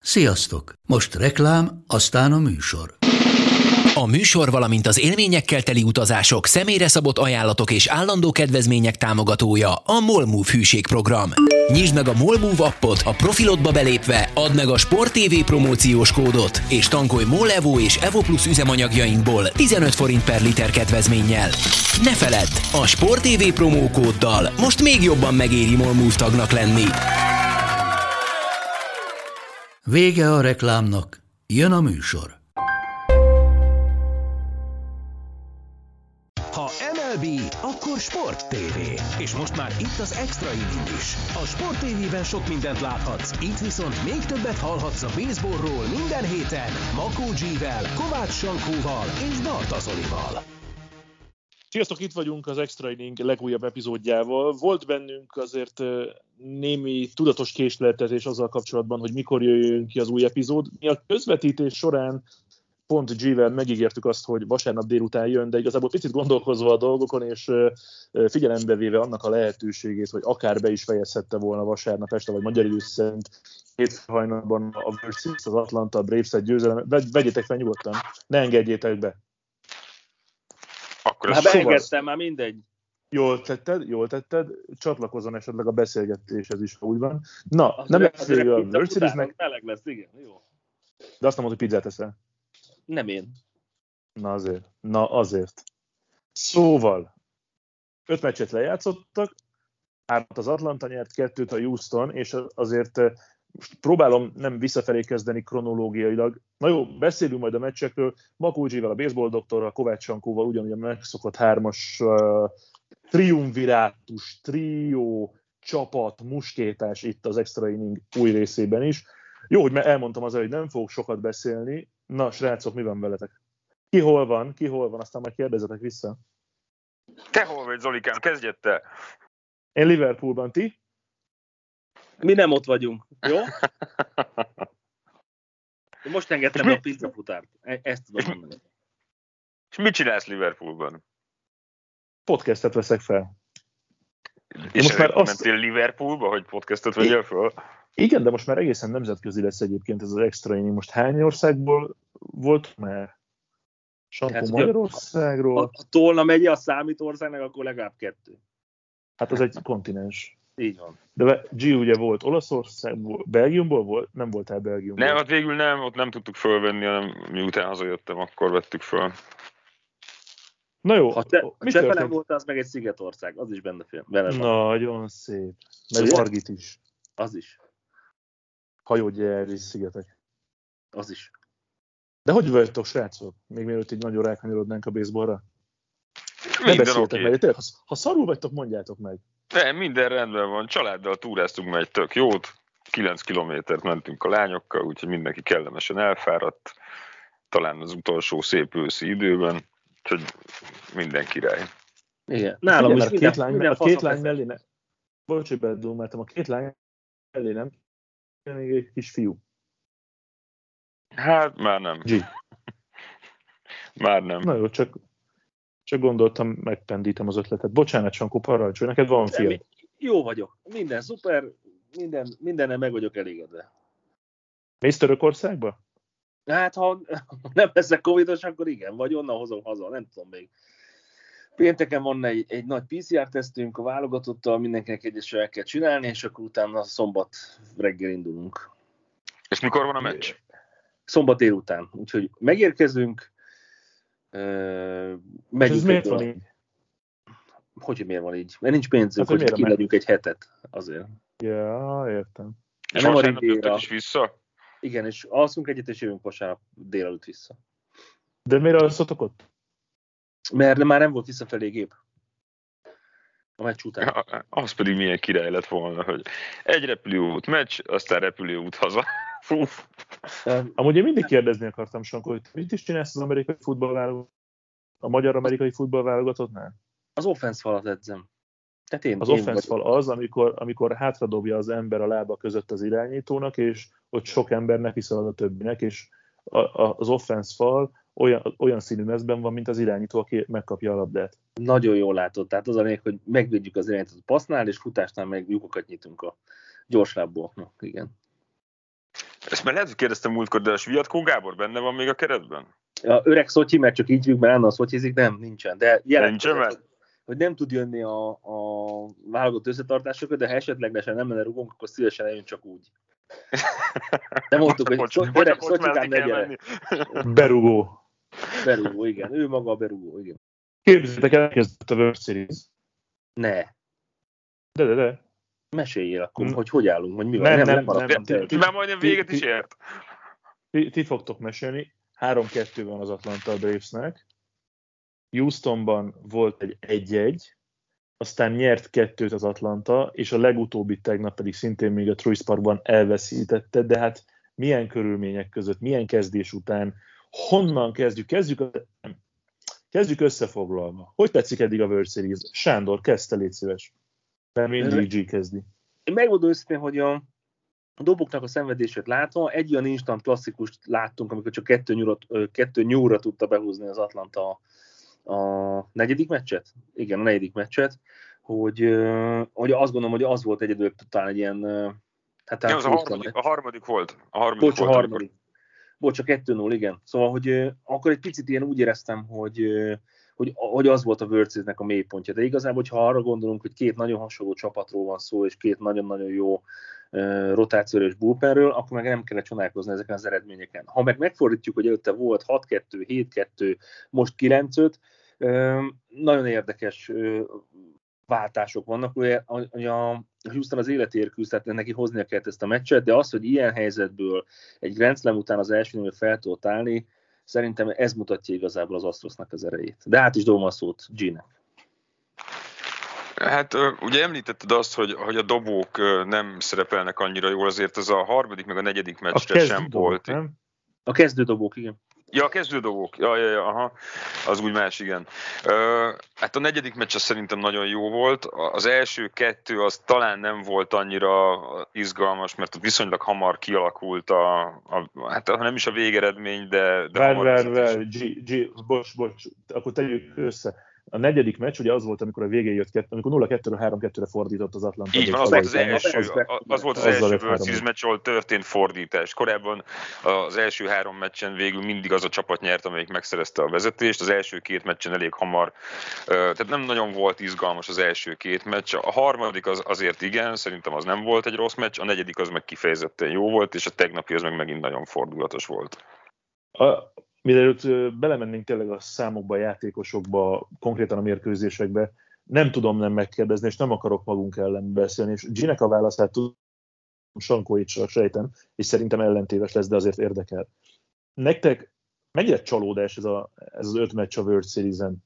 Sziasztok! Most reklám, aztán a műsor. A műsor, valamint az élményekkel teli utazások, személyre szabott ajánlatok és állandó kedvezmények támogatója a MOL Move hűségprogram. Nyisd meg a MOL Move appot, a profilodba belépve add meg a Sport TV promóciós kódot, és tankolj MOL Evo és Evo Plus üzemanyagjainkból 15 forint per liter kedvezménnyel. Ne feledd, a Sport TV promókóddal most még jobban megéri MOL Move tagnak lenni. Vége a reklámnak, jön a műsor. Ha MLB, akkor Sport TV. És most már itt az Extra Inning is. A Sport TV-ben sok mindent láthatsz, itt viszont még többet hallhatsz a baseballról minden héten Makó G-vel, Kovács Sankóval és Barta Zolival. Sziasztok, itt vagyunk az Extra Inning legújabb epizódjával. Volt bennünk azért némi tudatos késleltetés azzal kapcsolatban, hogy mikor jöjjön ki az új epizód. Mi a közvetítés során pont G-vel megígértük azt, hogy vasárnap délután jön, de igazából picit gondolkozva a dolgokon, és figyelembe véve annak a lehetőségét, hogy akár be is fejezhette volna vasárnap este, vagy magyar idő szerint hétfő hajnalban a World Series, az Atlanta Braves-et győzelem. Vegyétek fel nyugodtan, ne engedjétek be. Már beengedtem, már mindegy. Jól tetted, csatlakozzon esetleg a beszélgetéshez is, ha úgy van. Na, nem lesz végül a World Series-nek. Meleg lesz, igen, jó. De azt nem mondod, hogy pizzát eszel. Nem én. Na azért. Szóval, 5 meccset lejátszottak, 3 az Atlanta nyert, 2 a Houston, és azért most próbálom nem visszafelé kezdeni kronológiailag. Na jó, beszélünk majd a meccsekről. Makó G-vel, a baseball doktorral, Kovács Sankóval ugyanúgy a megszokott 3-as triumvirátus, trió, csapat, muskétás itt az Extra Inning új részében is. Jó, hogy elmondtam azért, hogy nem fogok sokat beszélni. Na, srácok, mi van veletek? Ki hol van, aztán majd kérdezzetek vissza. Te hol vagy, Zolikám? Kezdjed te! Én Liverpoolban, ti? Mi nem ott vagyunk, jó? Most engedtem a pizzafutárt. Ezt tudom mondani. És mit csinálsz Liverpoolban? Podcastet veszek fel. És most már mentél Liverpoolba, hogy podcastet vegyél fel? Igen, de most már egészen nemzetközi lesz egyébként ez az Extra Inning. Most hány országból volt már? Sankó Magyarországról? Ha Tolna megye a számít országnak, akkor legalább 2. Hát az egy kontinens. Így van. De G ugye volt Olaszországból, Belgiumból volt? Nem voltál Belgiumból? Nem, hát végül nem, ott nem tudtuk fölvenni, hanem miután hazajöttem, akkor vettük föl. Na jó. Ha Csepelen volt, az meg egy szigetország, az is benne van. Nagyon szép. Meg Margit is. Az is. Hajógyári szigetek. Az is. De hogy vagytok, srácok? Még mielőtt így nagyon rákanyarodnánk a baseballra? Ne beszéljetek meg. Tényleg, ha szarul vagytok, mondjátok meg. Nem, minden rendben van. Családdal túráztunk meg tök jót. 9 kilométert mentünk a lányokkal, úgyhogy mindenki kellemesen elfáradt. Talán az utolsó szép őszi időben. Úgyhogy minden király. Igen. Nálam is a két lány mellé nem. Bocs, hogy bedúlmáltam. A 2 lány mellé nem. Még egy kis fiú. Hát már nem. G. Már nem. Na jó, csak gondoltam, megpendítem az ötletet. Bocsánat, Sankó, parancsolj, neked van fiad. Jó vagyok. Minden szuper, mindennel meg vagyok elégedve. Mész Törökországba? Hát, ha nem leszek covidos, akkor igen, vagy onnan hozom haza, nem tudom még. Pénteken van egy nagy PCR-tesztünk a válogatottal, mindenkinek egyesre el kell csinálni, és akkor utána szombat reggel indulunk. És mikor van a meccs? Szombat délután, úgyhogy megérkezünk, megyünk. Ez miért van így? Hogy miért van így? Mert nincs pénzünk, hogy kilegyünk egy hetet azért. Ja, értem. És vasárnap jöttek is vissza? Igen, és alszunk egyet, és jövünk vasárnap délelőtt vissza. De miért alszotok ott? Mert már nem volt visszafelé gép. A meccs után. Ja, az pedig milyen király lett volna, hogy egy repülőút meccs, aztán repülőút haza. Amúgy én mindig kérdezni akartam, Sankó, hogy mit is csinálsz az amerikai futballválogatott, a magyar-amerikai futballválogatottnál? Az offense falat edzem. Az offense fal az, amikor hátradobja az ember a lába között az irányítónak, és ott sok ember neki szalad a többinek, és az offense fal olyan színű mezben van, mint az irányító, aki megkapja a labdát. Nagyon jól látod. Tehát az a lényeg, hogy megvédjük az irányítót passznál, és futásnál meg lyukokat nyitunk a gyorslábúaknak. Igen. Ezt már lehet, hogy kérdeztem múltkor, de a Sviatkó Gábor benne van még a keretben? A öreg Szotyi, mert csak így hívjuk, mert Anna szotyizik, nincsen. De jelentkezett, hogy nem tud jönni a válogatott összetartásokat, de ha esetlegesen nem lenne rugónk, akkor szívesen eljön csak úgy. Nem mondtuk, hogy Szotyikám ne gyere. Berugó. Berugó, igen. Ő maga a berugó, igen. Képzeljétek el, elkezdett a World Series. Ne. De. Meséljél akkor, hogy állunk, hogy mi van. Nem. Már majdnem véget is ért. Ti fogtok mesélni. 3-2 van az Atlanta Bravesnek. Houstonban volt egy 1-1, aztán nyert 2-t az Atlanta, és a legutóbbi tegnap pedig szintén még a Truist Parkban elveszítette, de hát milyen körülmények között, milyen kezdés után, honnan kezdjük? Kezdjük összefoglalva. Hogy tetszik eddig a World Series? Sándor, kezdte, légy szíves. Mert mindig G kezdi. Én megmondom őszintén, hogy a doboknak a szenvedését látva, egy olyan instant klasszikust láttunk, amikor csak 2 nyúra tudta behúzni az Atlanta a negyedik meccset? Igen, a negyedik meccset, hogy azt gondolom, hogy az volt egyedül talán egy ilyen... Hát nem, az a harmadik volt. Bocs, a harmadik. Bocs, a 2-0, igen. Szóval, hogy akkor egy picit ilyen úgy éreztem, hogy az volt a World Series-nek a mélypontja. De igazából, hogyha arra gondolunk, hogy két nagyon hasonló csapatról van szó, és két nagyon-nagyon jó rotációra és bullpenről, akkor meg nem kellett csodálkozni ezeken az eredményeken. Ha meg megfordítjuk, hogy előtte volt 6-2, 7-2, most 9-5, nagyon érdekes váltások vannak. Ugye a Houston az életéért küzd, tehát neki hoznia kellett ezt a meccset, de az, hogy ilyen helyzetből egy Grand Slam után az első névvel fel tudott állni, szerintem ez mutatja igazából az Astrosnak az erejét. De át is dobom a szót G-nek. Hát ugye említetted azt, hogy a dobók nem szerepelnek annyira jól, azért ez a harmadik meg a negyedik meccsre sem volt. Nem? A kezdődobók, igen. Ja, a kezdődobók. Ja, aha. Az úgy más, igen. Hát a negyedik meccs szerintem nagyon jó volt. Az első 2 az talán nem volt annyira izgalmas, mert viszonylag hamar kialakult hát ha nem is a végeredmény, de Várj, bocs, akkor tegyük össze. A negyedik meccs ugye az volt, amikor a végén jött amikor 0-2-ről 3-2-re fordított az Atlanta. Így van, az volt az első World Series meccs, ahol történt fordítás. Korábban az első 3 meccsen végül mindig az a csapat nyert, amelyik megszerezte a vezetést. Az első 2 meccsen elég hamar, tehát nem nagyon volt izgalmas az első 2 meccs. A harmadik azért igen, szerintem az nem volt egy rossz meccs, a negyedik az meg kifejezetten jó volt, és a tegnapi az meg megint nagyon fordulatos volt. Mielőtt belemennénk tényleg a számokba, a játékosokba, konkrétan a mérkőzésekbe, nem tudom nem megkérdezni, és nem akarok magunk ellen beszélni, és G-nek a válaszát tudom, Sankóicsra sejtem, és szerintem ellentétes lesz, de azért érdekel. Nektek mennyire csalódás ez az 5 meccs a World Series-en?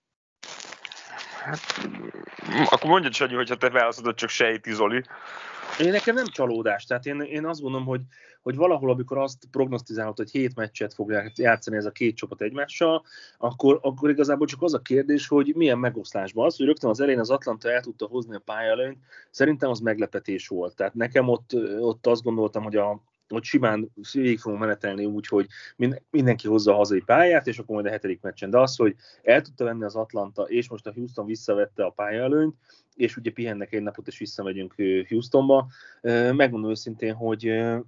Hát, akkor mondjad, Sanyi, hogyha te választod, csak sejti, Zoli. Nekem nem csalódás, tehát én azt gondolom, hogy valahol, amikor azt prognosztizálod, hogy 7 meccset fogják játszani ez a két csapat egymással, akkor igazából csak az a kérdés, hogy milyen megoszlásban. Az, hogy rögtön az elején az Atlanta el tudta hozni a pályaelőnyt, szerintem az meglepetés volt. Tehát nekem ott azt gondoltam, hogy simán végig fogunk menetelni úgy, hogy mindenki hozza a hazai pályát, és akkor majd a 7. meccsen. De az, hogy el tudta venni az Atlanta, és most a Houston visszavette a pályaelőnyt, és ugye pihennek egy napot, és visszamegyünk Houstonba. Megmondom őszintén, hogy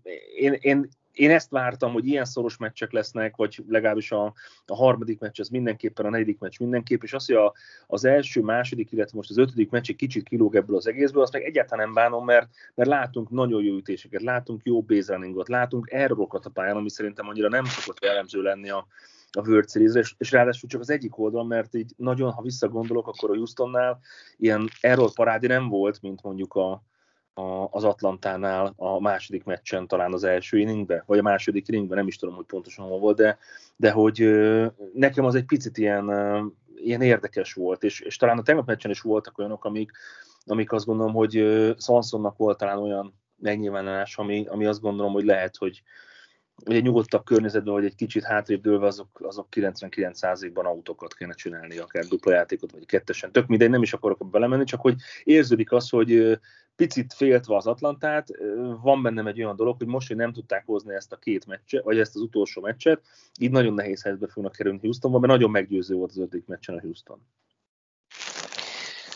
én ezt vártam, hogy ilyen szoros meccsek lesznek, vagy legalábbis a harmadik meccs az mindenképpen, a negyedik meccs mindenképp, és az, hogy az első, második, illetve most az 5. meccs egy kicsit kilóg ebből az egészből, azt meg egyáltalán nem bánom, mert látunk nagyon jó ütéseket, látunk jó base runningot, látunk errorokat a pályán, ami szerintem annyira nem szokott jellemző lenni a World Series, és ráadásul csak az egyik oldal, mert így nagyon, ha visszagondolok, akkor a Houstonnál ilyen error parádi nem volt, mint mondjuk az Atlantánál a második meccsen, talán az első inningben, vagy a második inningben, nem is tudom, hogy pontosan hol volt, de hogy nekem az egy picit ilyen érdekes volt, és talán a tegnap meccsen is voltak olyanok, amik azt gondolom, hogy Swansonnak volt talán olyan megnyilvánulás, ami azt gondolom, hogy lehet, hogy egy nyugodtabb környezetben, vagy egy kicsit hátrébb dőlve, azok 99%-ban autókat kéne csinálni, akár dupla játékot, vagy kettesen. Tök mindegy, nem is akarok belemenni, csak hogy érződik az, hogy picit féltve az Atlantát, van bennem egy olyan dolog, hogy most, hogy nem tudták hozni ezt a 2 meccset, vagy ezt az utolsó meccset, így nagyon nehéz helyzetbe fognak kerülni Houstonba, mert nagyon meggyőző volt az 5. meccsen a Houston.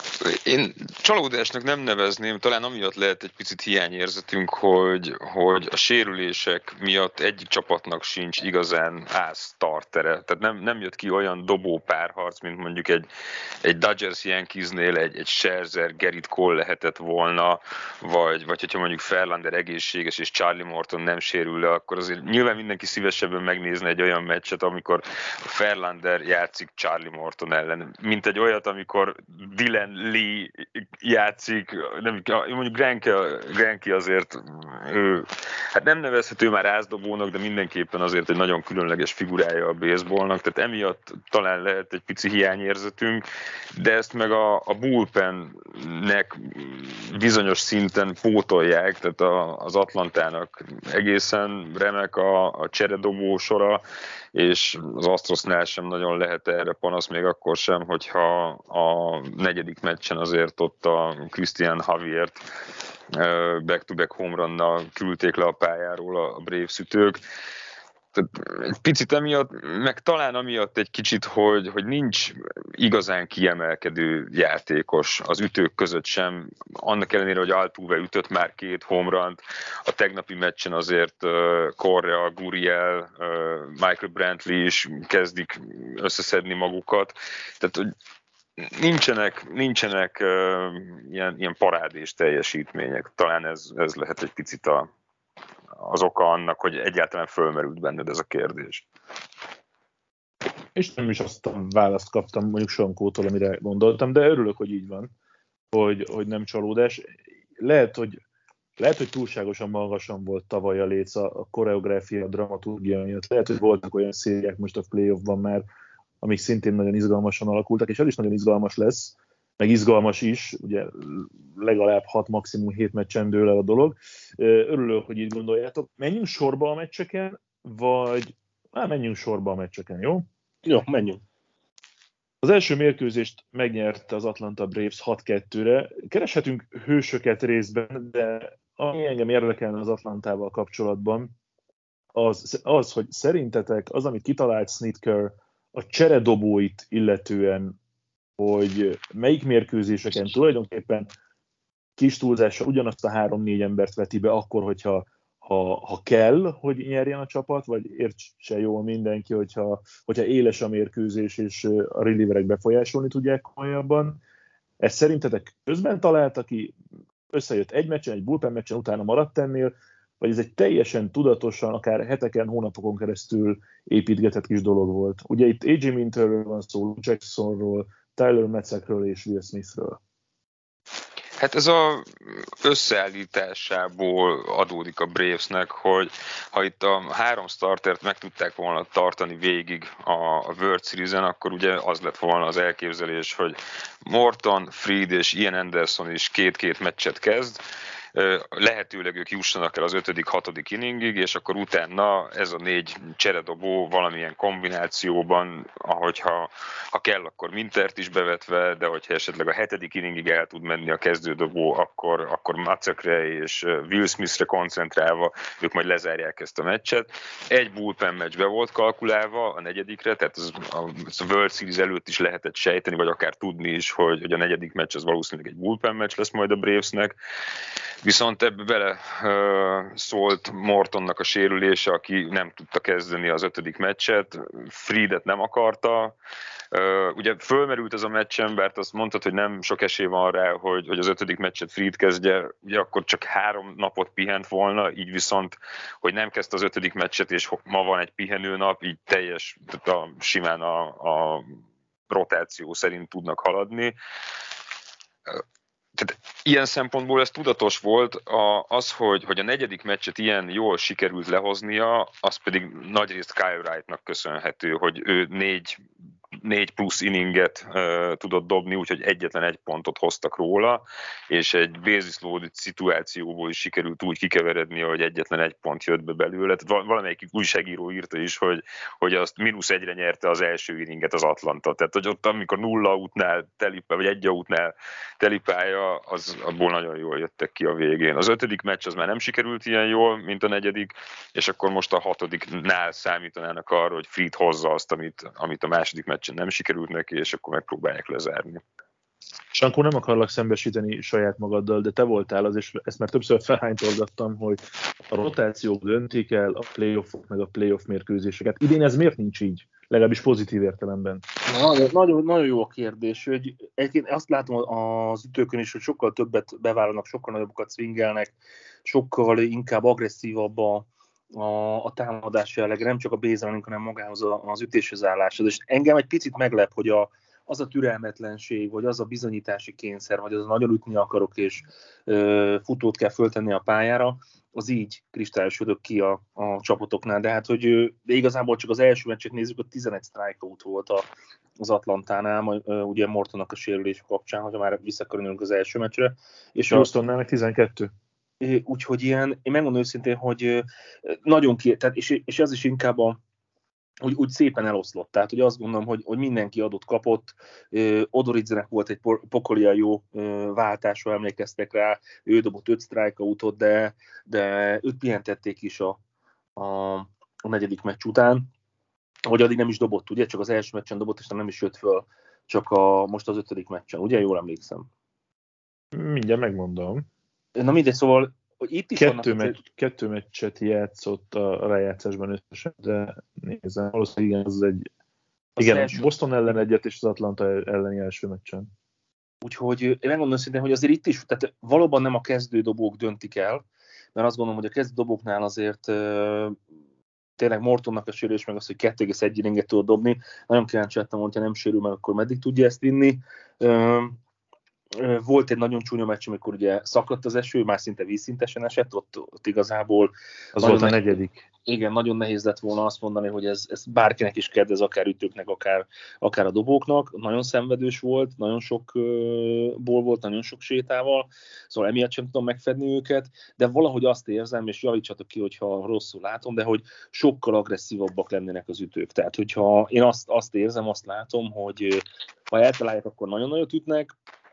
Én csalódásnak nem nevezném, talán amiatt lehet egy picit hiányérzetünk, hogy a sérülések miatt egyik csapatnak sincs igazán startere. Tehát nem jött ki olyan dobó párharc, mint mondjuk egy Dodgers Yankeesnél egy Scherzer, Gerrit Cole lehetett volna, vagy hogyha mondjuk Verlander egészséges és Charlie Morton nem sérül le, akkor azért nyilván mindenki szívesebben megnézne egy olyan meccset, amikor Verlander játszik Charlie Morton ellen, mint egy olyat, amikor Dylan Lee játszik, mondjuk Greinke azért, hát nem nevezhető már ászdobónak, de mindenképpen azért egy nagyon különleges figurája a baseballnak, tehát emiatt talán lehet egy pici hiányérzetünk, de ezt meg a bullpennek bizonyos szinten pótolják, tehát az Atlantának egészen remek a cseredobó sora, és az Astrosnál sem nagyon lehet erre panasz, még akkor sem, hogyha a negyedik meccsen azért ott a Christian Javiert back-to-back home runnal küldték le a pályáról a Braves ütők. Tehát egy picit emiatt, meg talán amiatt egy kicsit, hogy nincs igazán kiemelkedő játékos az ütők között sem, annak ellenére, hogy Altuve ütött már 2 home runt, a tegnapi meccsen azért Correa, Gurriel, Michael Brantley is kezdik összeszedni magukat, tehát hogy nincsenek ilyen parádés teljesítmények, talán ez lehet egy picit az oka annak, hogy egyáltalán fölmerült benned ez a kérdés. És nem is azt a választ kaptam mondjuk Sankótól, amire gondoltam, de örülök, hogy így van, hogy nem csalódás. Lehet, hogy túlságosan magasan volt tavaly a léc a koreográfia, a dramaturgia miatt. Lehet, hogy voltak olyan szériák most a playoffban már, amik szintén nagyon izgalmasan alakultak, és ez is nagyon izgalmas lesz, meg izgalmas is, ugye legalább 6, maximum 7 meccsen dől el a dolog. Örülök, hogy így gondoljátok. Menjünk sorba a meccseken, vagy... menjünk sorba a meccseken, jó? Jó, menjünk. Az első mérkőzést megnyerte az Atlanta Braves 6-2-re. Kereshetünk hősöket részben, de ami engem érdekelne az Atlantával kapcsolatban, az, hogy szerintetek az, amit kitalált Snitker a cseredobóit illetően, hogy melyik mérkőzéseken tulajdonképpen kis túlzással ugyanazt a 3-4 embert veti be akkor, hogyha kell, hogy nyerjen a csapat, vagy értse jól mindenki, hogyha éles a mérkőzés, és a relieverek befolyásolni tudják komolyabban. Ezt szerintetek közben találta ki, összejött egy meccsen, egy bullpen meccsen, utána maradt ennél, vagy ez egy teljesen tudatosan, akár heteken, hónapokon keresztül építgetett kis dolog volt? Ugye itt A.J. Minterről van szó, Jacksonról, Tyler Metzekről és Will Smithről. Hát ez a összeállításából adódik a Bravesnek, hogy ha itt a 3 startert meg tudták volna tartani végig a World Series-en, akkor ugye az lett volna az elképzelés, hogy Morton, Fried és Ian Anderson is 2-2 meccset kezd, lehetőleg ők jussanak el az 5.-6. inningig, és akkor utána ez a 4 cseredobó valamilyen kombinációban, ahogyha kell, akkor Mintert is bevetve, de hogyha esetleg a 7. inningig el tud menni a kezdődobó, akkor Matzekre és Will Smithre koncentrálva ők majd lezárják ezt a meccset. Egy bullpen meccs be volt kalkulálva a 4. tehát a World Series előtt is lehetett sejteni, vagy akár tudni is, hogy a 4. meccs az valószínűleg egy bullpen meccs lesz majd a Bravesnek. Viszont ebbe bele szólt Mortonnak a sérülése, aki nem tudta kezdeni az 5. meccset, Friedet nem akarta. Ugye fölmerült ez a meccsen, mert azt mondtad, hogy nem sok esély van rá, hogy az 5. meccset Fried kezdje, ugye akkor csak 3 napot pihent volna, így viszont, hogy nem kezdte az 5. meccset, és ma van egy pihenőnap, így tehát simán a rotáció szerint tudnak haladni. Tehát ilyen szempontból ez tudatos volt, az, hogy a 4. meccset ilyen jól sikerült lehoznia, az pedig nagyrészt Kyle Wrightnak köszönhető, hogy ő 4 plusz inninget tudott dobni, úgyhogy egyetlen 1 pontot hoztak róla, és egy basis loaded szituációból is sikerült úgy kikeveredni, hogy egyetlen 1 pont jött be belőle. Tehát valamelyik újságíró írta is, hogy azt -1-re nyerte az első inninget az Atlanta. Tehát, hogy ott, amikor 0 outnál vagy 1 outnál telipálya, az abból nagyon jól jöttek ki a végén. Az 5. meccs az már nem sikerült ilyen jól, mint a 4., és akkor most a 6-nál számítanának arra, hogy Fried hozza azt, amit a 2. meccsen nem sikerült neki, és akkor megpróbálják lezárni. Sankó, nem akarlak szembesíteni saját magaddal, de te voltál az, és ezt már többször felhánytorgattam, hogy a rotációk döntik el a playoffok meg a playoff mérkőzéseket. Idén ez miért nincs így? Legalábbis pozitív értelemben. Nagyon jó a kérdés. Hogy egyébként azt látom az ütőkön is, hogy sokkal többet bevállalnak, sokkal nagyobbakat swingelnek, sokkal inkább agresszívabb a támadás jelleg, nem csak a baseline, hanem magához az ütéshez álláshoz. És engem egy picit meglep, hogy az a türelmetlenség, vagy az a bizonyítási kényszer, vagy az nagyon ütni akarok, és futót kell föltenni a pályára, az így kristályosodott ki a csapatoknál. De hát, hogy igazából csak az első meccset nézzük, a 11 strikeout volt az Atlantánál, ugye Mortonnak a sérülés kapcsán, hogyha már visszakörülünk az első meccsre. És Houstonnál meg 12. Úgyhogy én megmondom őszintén, hogy nagyon tehát és ez is inkább úgy szépen eloszlott. Tehát hogy azt gondolom, hogy mindenki adott kapott. Odoridzenek volt egy pokolia jó váltása, emlékeztek rá, ő dobott 5 strikeoutot, de őt pihentették is a negyedik meccs után, hogy addig nem is dobott, ugye, csak az első meccsen dobott, és nem is jött föl, csak most az 5. meccsen, ugye, jól emlékszem. Mindjárt megmondom. Na mindegy, szóval hogy itt is kettő meccset játszott a rájátszásban összesen, de nézem, valószínűleg igen, az egy... Igen, Boston ellen egyet, és az Atlanta elleni első meccsen. Úgyhogy én megmondom szintén, hogy azért itt is, tehát valóban nem a kezdődobók döntik el, mert azt gondolom, hogy a kezdődobóknál azért tényleg Mortonnak a sérülés, meg az, hogy 2,1 inninget tud dobni. Nagyon kíváncsi lettem, hogyha nem sérül meg, akkor meddig tudja ezt vinni. Volt egy nagyon csúnya meccs, amikor ugye szakadt az eső, már szinte vízszintesen esett, ott igazából... Az volt a negyedik. Igen, nagyon nehéz lett volna azt mondani, hogy ez bárkinek is kedvez, akár ütőknek, akár a dobóknak. Nagyon szenvedős volt, nagyon sok ból volt, nagyon sok sétával, szóval emiatt sem tudom megfedni őket, de valahogy azt érzem, és javítsatok ki, hogyha rosszul látom, de hogy sokkal agresszívabbak lennének az ütők. Tehát, hogyha én azt érzem, azt látom, hogy ha eltalálják, akkor nagyon nagyot ütnek,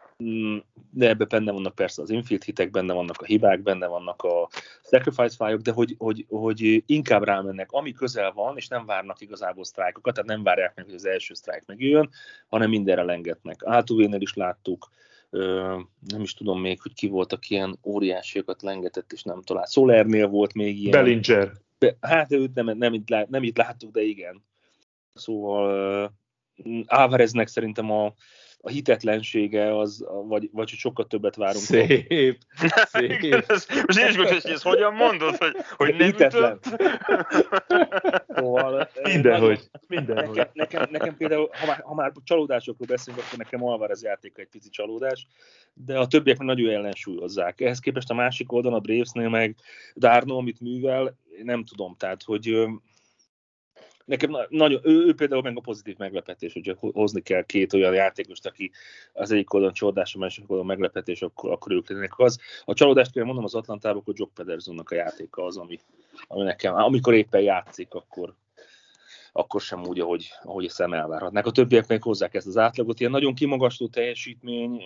de ebben benne vannak persze az infield hitek, benne vannak a hibák, benne vannak a sacrifice fájok, de hogy inkább rámennek, ami közel van, és nem várnak igazából sztrájkokat, tehát nem várják meg, hogy az első sztrájk megjöjjön, hanem mindenre lengetnek. Altuvénél is láttuk, nem is tudom még, hogy ki voltak ilyen óriásiakat lengetett, és nem talált. Solernél volt még ilyen. Bellinger. Hát őt nem itt láttuk, de igen. Szóval Álvareznek szerintem a hitetlensége az, vagy hogy sokkal többet várunk. Szép. Most én is gondolom, hogy ezt hogyan mondod, hogy nem hitetlen. Szóval, mindenhogy. Nekem például, ha már csalódásokról beszélünk, akkor nekem Alvarez játéka egy pici csalódás, de a többiek meg nagyon ellensúlyozzák. Ehhez képest a másik oldalon, a Bravesnél meg Darno, amit művel, nem tudom, tehát, hogy nekem nagyon, ő például meg a pozitív meglepetés, hogyha hozni kell két olyan játékost, aki az egyik oldalon csodás, a másik oldalon meglepetés, akkor ők lennének az. A csalódást kell mondom az Atlantában, akkor Jock Pedersonnak a játéka az, ami nekem, amikor éppen játszik, akkor sem úgy, ahogy a szem elvárhatnák. A többiek meg hozzák ezt az átlagot. Ilyen nagyon kimagasló teljesítmény,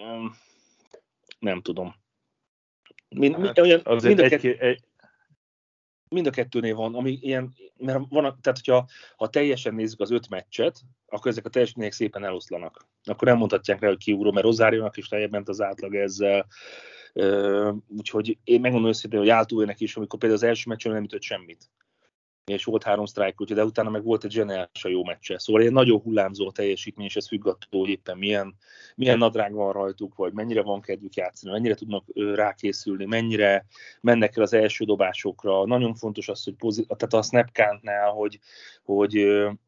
nem tudom. Mind a kettőnél van, ami ilyen, mert van, tehát ha teljesen nézzük az 5 meccset, akkor ezek a teljesítmények szépen eloszlanak. Akkor nem mondhatják rá, hogy kiugró, mert Rosarionak is lejjebb ment az átlag ezzel. Úgyhogy én megmondom őszintén, hogy Altuvének is, amikor például az első meccsen nem ütött semmit. És volt 3 strike, de utána meg volt egy zseniális jó meccse. Szóval egy nagyon hullámzó a teljesítmény, és ez függ attól, hogy éppen milyen nadrág van rajtuk, vagy mennyire van kedvük játszani, mennyire tudnak rákészülni, mennyire mennek el az első dobásokra. Nagyon fontos az, hogy tehát a snap countnál, hogy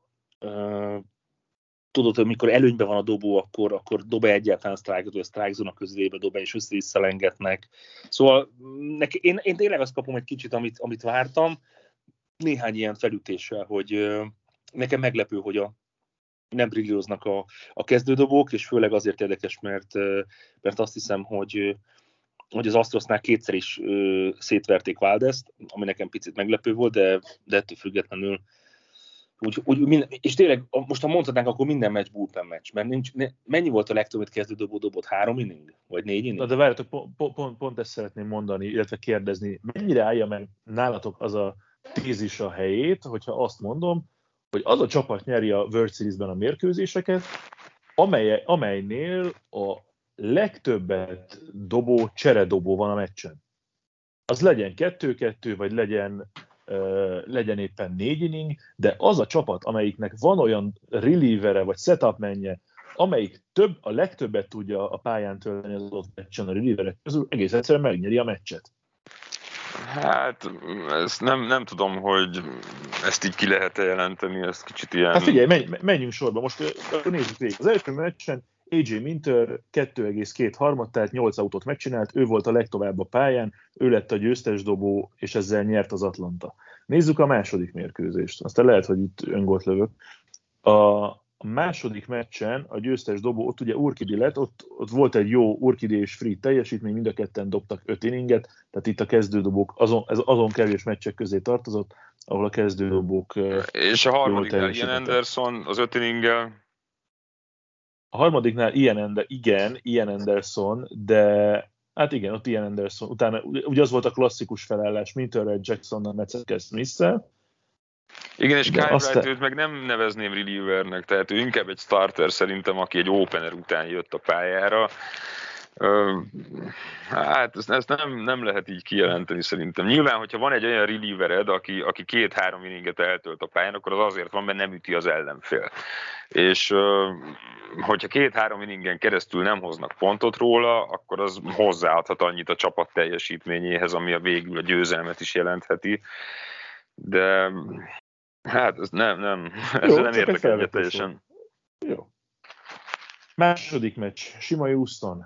tudod, hogy mikor előnyben van a dobó, akkor dob egyáltalán a strike-ot, vagy a strike zóna közelébe dob és össze-vissza lengetnek. Szóval én tényleg azt kapom egy kicsit, amit vártam, néhány ilyen felütéssel, hogy nekem meglepő, hogy nem brillóznak a kezdődobók, és főleg azért érdekes, mert azt hiszem, hogy az Astrosnál kétszer is szétverték Valdest, ami nekem picit meglepő volt, de ettől függetlenül és tényleg, most ha mondhatnánk, akkor minden meccs bullpen meccs, mert mennyi volt a legtöbb, amit kezdődobó dobott? 3 inning? Vagy 4 inning? Na de várjátok, pont ezt szeretném mondani, illetve kérdezni, mennyire állja meg nálatok az a tézis a helyét, hogyha azt mondom, hogy az a csapat nyeri a World Series-ben a mérkőzéseket, amelynél a legtöbbet dobó cseredobó van a meccsen. Az legyen 2-2, vagy legyen éppen 4 inning, de az a csapat, amelyiknek van olyan relievere, vagy setup menje, amelyik a legtöbbet tudja a pályán tölteni az adott meccsen a relieverek közül, egész egyszerűen megnyeri a meccset. Hát, ezt nem tudom, hogy ezt így ki lehet jelenteni, ez kicsit ilyen... Hát figyelj, menjünk sorba, most nézzük végig. Az első meccsen AJ Minter 2,2, tehát 8 autót megcsinált, ő volt a legtovább a pályán, ő lett a győztes dobó, és ezzel nyert az Atlanta. Nézzük a második mérkőzést, aztán lehet, hogy itt öngolt lövök. A második meccsen a győztes dobó, ott ugye Urquidy lett, ott volt egy jó Urquidy és Fried teljesítmény, mind a ketten dobtak 5 inninget, tehát itt a kezdődobók azon kevés meccsek közé tartozott, ahol a kezdődobók... És a harmadiknál Ian Anderson az 5 inninggel? A harmadiknál Ian Anderson, de hát igen, ott Ian Anderson, utána ugye az volt a klasszikus felállás, Minterrel, Jacksonnal, Metzekel, Smith-szel. Igen, és Kyle Wright őt meg nem nevezném relievernek, tehát ő inkább egy starter szerintem, aki egy opener után jött a pályára. Hát ezt nem lehet így kijelenteni szerintem. Nyilván, hogyha van egy olyan relievered, aki 2-3 inninget eltölt a pályán, akkor az azért van, mert nem üti az ellenfél. És hogyha 2-3 inningen keresztül nem hoznak pontot róla, akkor az hozzáadhat annyit a csapat teljesítményéhez, ami a végül a győzelmet is jelentheti. De hát ez nem. Ezzel nem értek egyet teljesen. Jó. Második meccs, sima Houston.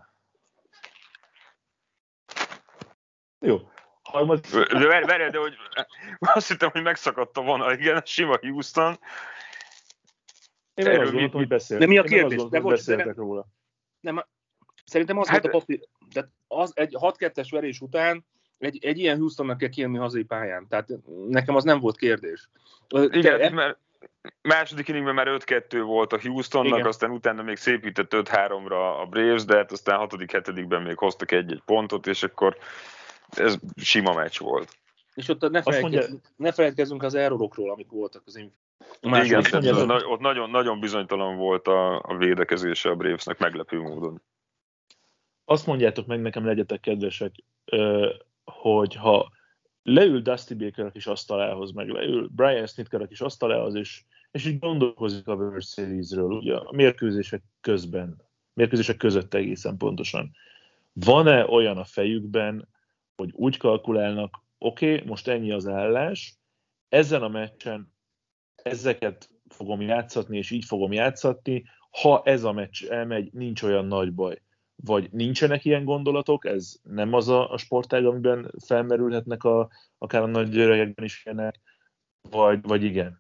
Jó. Várjál, de hogy azt hittem, hogy megszakadt a vonal, igen, sima Houston. Én erről gondoltam, hogy beszéltek. De mi a kérdés? Róla. Nem, szerintem az volt a papír. Tehát az egy 6-2-es verés után egy ilyen Houstonnak kell kijönni hazai pályán. Tehát nekem az nem volt kérdés. Igen, mert második inningben már 5-2 volt a Houstonnak, igen. Aztán utána még szépített 5-3-ra a Braves, de hát aztán 6.-7. még hoztak egy pontot, és akkor ez sima meccs volt. És ott ne feledkezzünk az errorokról, amik voltak az igen, ott nagyon bizonytalan volt a védekezése a Bravesnek meglepő módon. Azt mondjátok meg nekem, legyetek kedvesek, hogy ha leül Dusty Baker a kis asztalához, meg leül Brian Snitker a kis asztalához, és így gondolkozik a World Series-ről, ugye a mérkőzések között egészen pontosan. Van-e olyan a fejükben, hogy úgy kalkulálnak, oké, most ennyi az állás, ezen a meccsen ezeket fogom játszatni, és így fogom játszatni, ha ez a meccs elmegy, nincs olyan nagy baj. Vagy nincsenek ilyen gondolatok, ez nem az a sportág, amiben felmerülhetnek akár a nagy öregekben is ilyenek, vagy igen.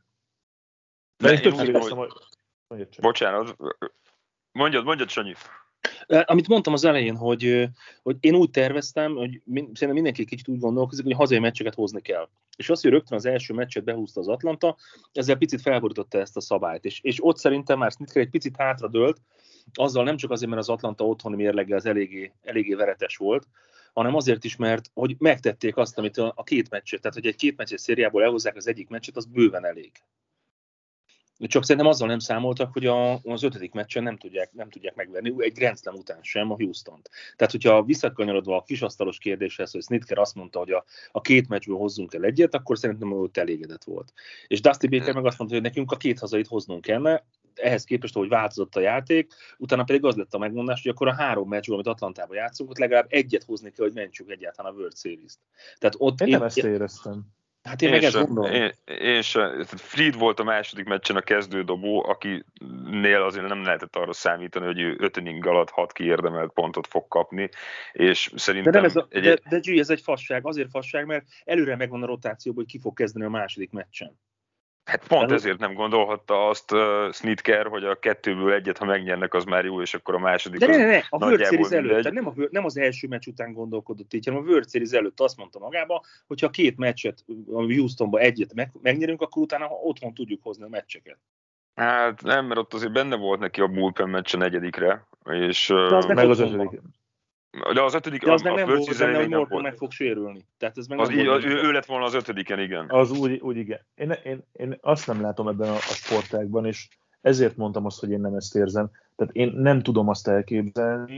Bocsánat, mondjad Sanyi. Amit mondtam az elején, hogy én úgy terveztem, hogy szerintem mindenki kicsit úgy gondolkozik, hogy hazai meccseket hozni kell. És az, hogy rögtön az első meccset behúzta az Atlanta, ezzel picit felborította ezt a szabályt. És ott szerintem már Snitker egy picit hátradőlt, azzal nem csak azért, mert az Atlanta otthoni mérlege az eléggé veretes volt, hanem azért is, mert hogy megtették azt, amit a két meccset, tehát hogy egy két meccses szériából elhozzák az egyik meccset, az bőven elég. Csak szerintem azzal nem számoltak, hogy az 5. meccsen nem tudják megverni, egy Grand Slam után sem a Houstont. Tehát, hogyha visszakanyarodva a kisasztalos kérdéshez, hogy Snitker azt mondta, hogy a két meccsből hozzunk el egyet, akkor szerintem ott elégedett volt. És Dusty Baker meg azt mondta, hogy nekünk a két hazait hoznunk kellene, ehhez képest, ahogy változott a játék, utána pedig az lett a megmondás, hogy akkor a 3 meccsből, amit Atlantában játszunk, ott legalább egyet hozni kell, hogy mentsük egyáltalán a World Series-t. Tehát ott én nem ezt éreztem. Hát én meg ezt gondolom. Fried volt a második meccsen a kezdődobó, akinél azért nem lehetett arra számítani, hogy ő 5 inning alatt 6 kiérdemelt pontot fog kapni, és szerintem... De ez egy fasság, azért fasság, mert előre megvan a rotációban, hogy ki fog kezdeni a második meccsen. Hát pont ezért nem gondolhatta azt Snitker, hogy a 2-ből egyet, ha megnyernek, az már jó, és akkor a második... De a World Series előtt, tehát nem az első meccs után gondolkodott így, hanem a World Series előtt azt mondta magába, hogyha a két meccset a Houstonba egyet megnyerünk, akkor utána otthon tudjuk hozni a meccseket. Hát nem, mert ott azért benne volt neki a bullpen meccs a 4. És... meg az 5. De az 5. De az meg nem volt benne, hogy Morton meg fog sérülni. Tehát ez meg ő lett volna az 5, igen. Az úgy igen. Én azt nem látom ebben a sportágban, és ezért mondtam azt, hogy én nem ezt érzem. Tehát én nem tudom azt elképzelni,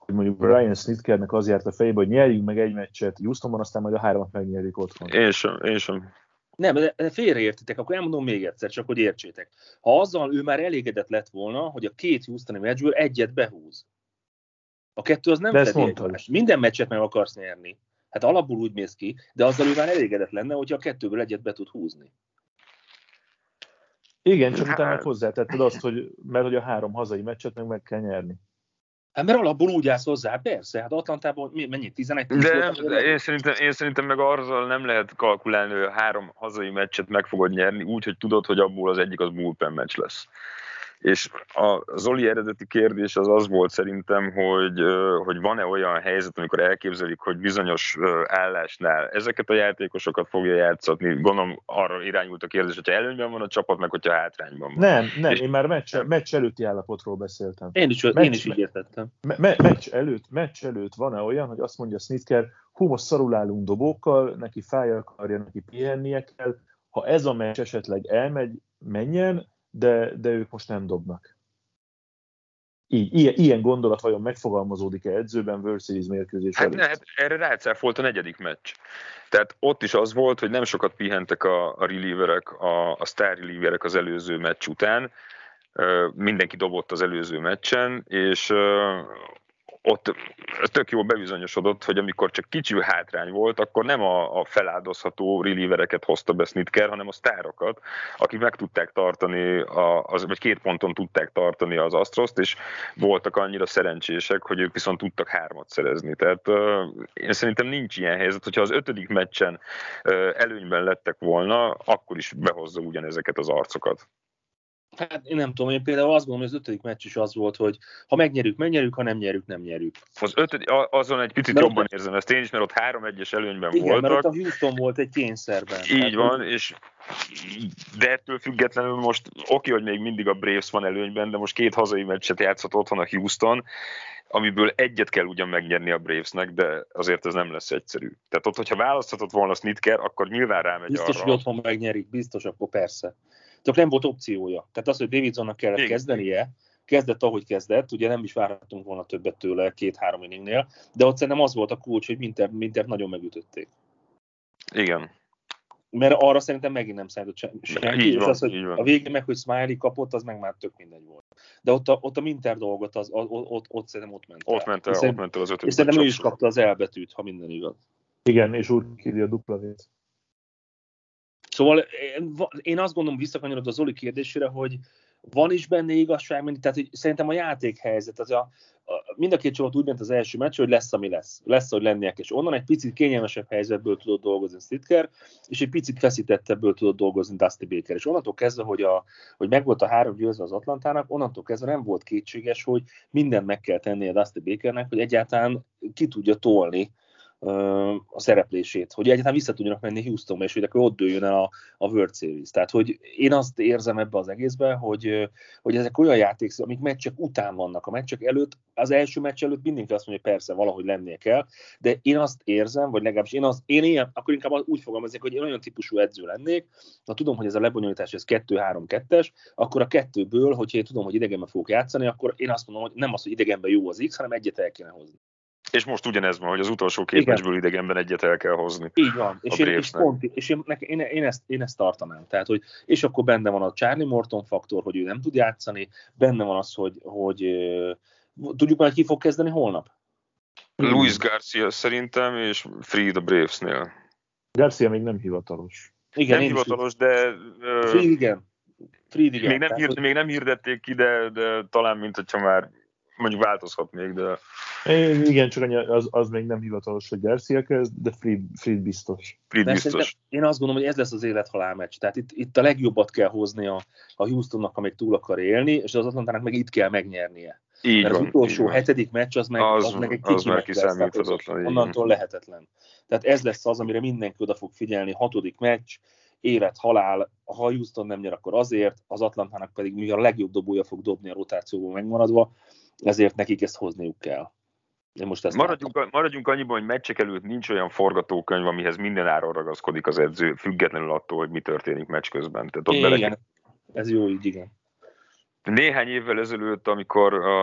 mondjuk Brian Snitkernek az járt a fejébe, hogy nyerjünk meg egy meccset Houstonban, aztán majd a 3-at megnyerjük otthon. Én sem. Nem, de félreértitek, akkor elmondom még egyszer, csak hogy értsétek. Ha azzal ő már elégedett lett volna, hogy a 2 Houstoni meccsből egyet behúz. A 2 az nem fedi egymást. Minden meccset meg akarsz nyerni. Hát alapból úgy mész ki, de azzal ő már elégedett lenne, hogyha a 2-ből egyet be tud húzni. Igen, csak utána meg hozzátetted azt, hogy mert hogy a 3 hazai meccset meg kell nyerni. Hát mert alapból úgy állsz hozzá, persze, hát Atlantában mennyi, 11 De én szerintem meg arról nem lehet kalkulálni, hogy a 3 hazai meccset meg fogod nyerni, úgy, hogy tudod, hogy abból az egyik az bullpen meccs lesz. És a Zoli eredeti kérdés az volt szerintem, hogy van-e olyan helyzet, amikor elképzelik, hogy bizonyos állásnál ezeket a játékosokat fogja játszatni. Gondolom arra irányult a kérdés, hogyha előnyben van a csapat, meg hogyha hátrányban van. Nem, én már meccs előtti állapotról beszéltem. Én is így értettem. Meccs előtt van-e olyan, hogy azt mondja Snitker, most szarul állunk dobókkal, neki fáj a karja, neki pihennie kell, ha ez a meccs esetleg elmegy, menjen, de ők most nem dobnak. Ilyen gondolat vajon megfogalmazódik-e edzőben World Series mérkőzés előtt? Hát erre rácáfolt a 4. meccs. Tehát ott is az volt, hogy nem sokat pihentek a relieverek, a sztár relieverek az előző meccs után. Mindenki dobott az előző meccsen, és ott tök jól bebizonyosodott, hogy amikor csak kicsi hátrány volt, akkor nem a feláldozható relievereket hozta be Snitker, hanem a sztárokat, akik meg tudták tartani, vagy 2 ponton tudták tartani az Astroszt, és voltak annyira szerencsések, hogy ők viszont tudtak 3-at szerezni. Tehát én szerintem nincs ilyen helyzet, hogyha az 5. meccsen előnyben lettek volna, akkor is behozza ugyanezeket az arcokat. Hát én nem tudom, én például azt gondolom, hogy az 5. meccs is az volt, hogy ha megnyerjük, ha nem nyerjük. Az 5. azon egy picit jobban érzem ezt én is, mert ott 3-1-es előnyben igen, voltak. mert ott a Houston volt egy kényszerben. Így van, de ettől függetlenül most oké, hogy még mindig a Braves van előnyben, de most 2 hazai meccset játszott otthon a Houston, amiből egyet kell ugyan megnyerni a Bravesnek, de azért ez nem lesz egyszerű. Tehát ott, hogyha választhatott volna Snitker, akkor nyilván rámegy biztos, arra. Hogy otthon megnyerik, biztos, akkor persze. Csak nem volt opciója. Tehát az, hogy Davidsonnak kellett kezdenie, kezdett, ahogy kezdett, ugye nem is várhatunk volna többet tőle 2-3 inningnél, de ott szerintem az volt a kulcs, hogy Mintert nagyon megütötték. Igen. Mert arra szerintem megint nem számított senki, és az, hogy van. A végén meg, hogy Smiley kapott, az meg már tök mindegy volt. De ott a Minter dolgot, ott szerintem ott ment el. Ott ment el az 5. És szerintem ő is kapta az elbetűt, ha minden igaz. Igen, és úgy kiri a duplavét. Szóval én azt gondolom, visszakanyarodva a Zoli kérdésére, hogy van is benne igazság, tehát hogy szerintem a játékhelyzet, mind a 2 csapat úgy ment az első meccs, hogy lesz, ami lesz. Lesz, hogy lennie, és onnan egy picit kényelmesebb helyzetből tudott dolgozni Snitker, és egy picit feszítettebből tudott dolgozni Dusty Baker. És onnantól kezdve, hogy megvolt a 3 győzve az Atlantának, onnantól kezdve nem volt kétséges, hogy mindent meg kell tennie Dusty Bakernek, hogy egyáltalán ki tudja tolni a szereplését, hogy egyáltalán vissza tudjanak menni Houstonba, és hogy akkor ott dőljön el a World Series. Tehát, hogy én azt érzem ebbe az egészben, hogy ezek olyan játékszak, amik meccsek után vannak. A meccsek előtt, az első meccs előtt mindenki azt mondja, hogy persze, valahogy lennie kell, de én azt érzem, vagy legalábbis én ilyen, akkor inkább úgy fogalmaznék, hogy én olyan típusú edző lennék, ha tudom, hogy ez a lebonyolítás, ez 2-3-2-es, akkor a 2-ből, hogyha én tudom, hogy idegenben fogok játszani, akkor én azt mondom, hogy nem az, hogy idegenben jó az X, hanem egyet el kéne hozni. És most ugyanez van, hogy az utolsó 2 meccsből idegenben egyet el kell hozni. Így van, én ezt tartanám. Tehát, hogy, és akkor benne van a Charlie Morton faktor, hogy ő nem tud játszani, benne van az, hogy tudjuk már, ki fog kezdeni holnap? Luis Garcia szerintem, és Fried a Bravesnél. Garcia még nem hivatalos. Igen, nem hivatalos, de... Fried igen. Még nem hirdették ki, de talán, mint hogyha már mondjuk változhat még, de... Igen, csak az még nem hivatalos, hogy Garcia kezd, de Fried biztos. Én azt gondolom, hogy ez lesz az élet-halál meccs. Tehát itt a legjobbat kell hozni a Houstonnak, ha még túl akar élni, és az Atlantának meg itt kell megnyernie. Így mert van, az utolsó 7. meccs az meg egy kicsi meccs lesz, onnantól lehetetlen. Tehát ez lesz az, amire mindenki oda fog figyelni, 6. meccs, élet-halál, ha Houston nem nyer, akkor azért, az Atlantának pedig mivel a legjobb dobója fog dobni a rotációból megmaradva, ezért nekik ezt hozniuk kell. Maradjunk annyiban, hogy meccsek előtt nincs olyan forgatókönyv, amihez minden áron ragaszkodik az edző, függetlenül attól, hogy mi történik meccs közben. Tehát igen, ez jó így, igen. Néhány évvel ezelőtt, amikor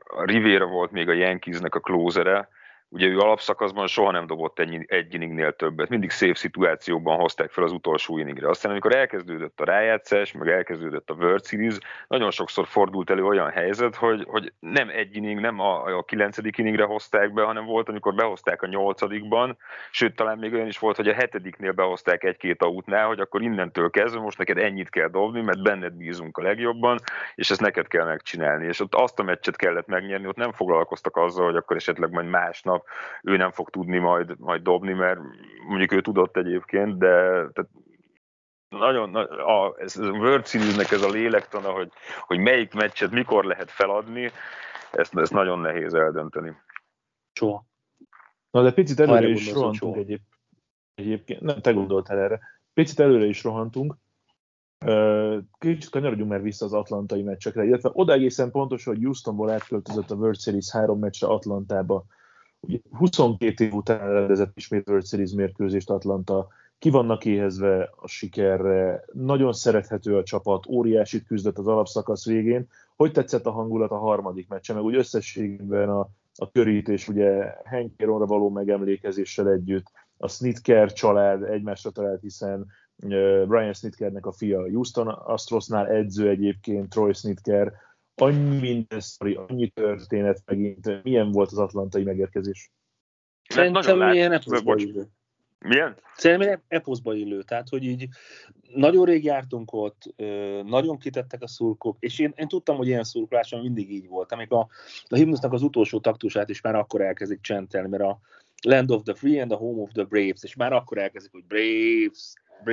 a Rivera volt még a Yankeesnek a closere, ugye ő alapszakaszban soha nem dobott egy inningnél többet, mindig szép szituációban hozták fel az utolsó inningre. Aztán amikor elkezdődött a rájátszás, meg elkezdődött a World Series, nagyon sokszor fordult elő olyan helyzet, hogy nem egy inning, nem a 9. inningre hozták be, hanem volt, amikor behozták a 8-ban, sőt, talán még olyan is volt, hogy a 7-nél behozták 1-2 outnál, hogy akkor innentől kezdve most neked ennyit kell dobni, mert benned bízunk a legjobban, és ezt neked kell megcsinálni. És ott azt a meccset kellett megnyerni, ott nem foglalkoztak azzal, hogy akkor esetleg majd másnap ő nem fog tudni majd dobni, mert mondjuk ő tudott egyébként, de tehát nagyon ez a World Series-nek ez a lélektana, hogy melyik meccset mikor lehet feladni, ezt nagyon nehéz eldönteni. Soha. Na de picit előre is rohantunk egyébként. Nem, te gondoltál erre. Picit előre is rohantunk. Kicsit kanyarodjunk már vissza az atlantai meccsekre, illetve oda egészen pontos, hogy Houstonból átköltözött a World Series 3 meccsre Atlantába. Ugye 22 év után rendezett ismét World Series mérkőzést Atlanta, ki vannak éhezve a sikerre, nagyon szerethető a csapat, óriásit küzdött az alapszakasz végén. Hogy tetszett a hangulat a harmadik meccsen, meg úgy összességben a körítés, ugye Hank Aaronra való megemlékezéssel együtt, a Snitker család egymásra talált, hiszen Brian Snitkernek a fia Houston Astrosnál edző egyébként, Troy Snitker. Annyi minden sztori, annyi történet megint. Milyen volt az atlantai megérkezés? Szerintem milyen eposzba illő. Milyen? Szerintem eposzba illő. Tehát, hogy így nagyon rég jártunk ott, nagyon kitettek a szurkok, és én tudtam, hogy ilyen szurkoláson mindig így volt. Amikor a himnusznak az utolsó taktusát is már akkor elkezdik csentelni, mert a Land of the Free and the Home of the Braves, és már akkor elkezdik, hogy Braves,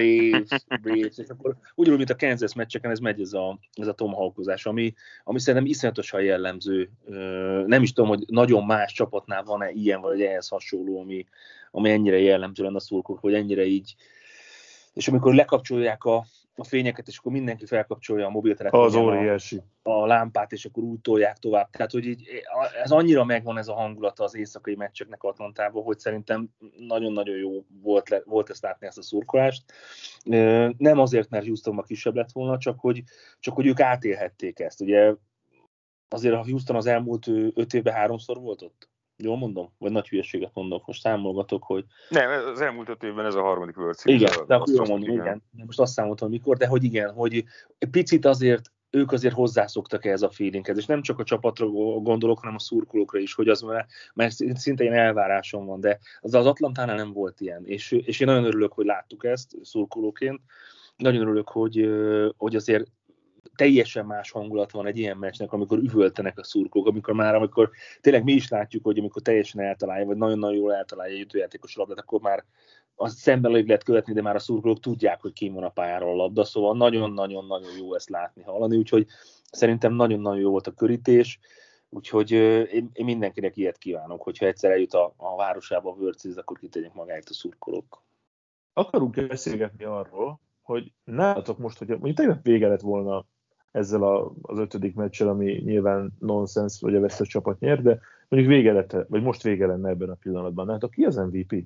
és akkor ugyanúgy, mint a Kansas meccseken, ez megy ez a tomahawkozás, ami szerintem iszonyatosan jellemző. Nem is tudom, hogy nagyon más csapatnál van-e ilyen, vagy ehhez hasonló, ami ennyire jellemző lenne a szurkok, hogy ennyire így. És amikor lekapcsolják a fényeket, és akkor mindenki felkapcsolja a mobiltelefonján a lámpát, és akkor úgy tolják tovább. Tehát, hogy így, ez annyira megvan ez a hangulata az éjszakai meccseknek Atlantában, hogy szerintem nagyon-nagyon jó volt ezt látni, ezt a szurkolást. Nem azért, mert Houstonban kisebb lett volna, csak hogy ők átélhették ezt. Ugye azért, ha Houston az elmúlt 5 évben 3-szor volt ott? Jól mondom? Vagy nagy hülyeséget mondok? Most számolgatok, hogy... Nem, az elmúlt 5 évben ez a harmadik World Series. Igen, de akkor jól mondom, igen. Most azt számoltam, mikor, de hogy igen, hogy picit azért ők azért hozzászoktak ehhez a feelinghez, és nem csak a csapatra gondolok, hanem a szurkolókra is, hogy az már szinte ilyen elvárásom van, de az Atlantánál nem volt ilyen, és én nagyon örülök, hogy láttuk ezt szurkolóként, nagyon örülök, hogy azért teljesen más hangulat van egy ilyen meccsnek, amikor üvöltenek a szurkolók, amikor tényleg mi is látjuk, hogy amikor teljesen eltalálja, vagy nagyon-nagyon jól eltalálja egy ütőjátékos labdát, akkor már azt szemben alig lehet követni, de már a szurkolók tudják, hogy ki van a pályáról a labda, szóval nagyon-nagyon-nagyon jó ezt látni, hallani, úgyhogy szerintem nagyon-nagyon jó volt a körítés, úgyhogy én mindenkinek ilyet kívánok, hogyha egyszer eljut a városába a World Series, akkor kitegyek magáért a szurkolók. Akarunk beszélgetni arról, hogy nálatok most, hogy mondjuk tegnap vége lett volna ezzel az 5. meccsel, ami nyilván nonsens, hogy a vesztes csapat nyer, de mondjuk vége lett, vagy most vége lenne ebben a pillanatban. Hát ki az MVP?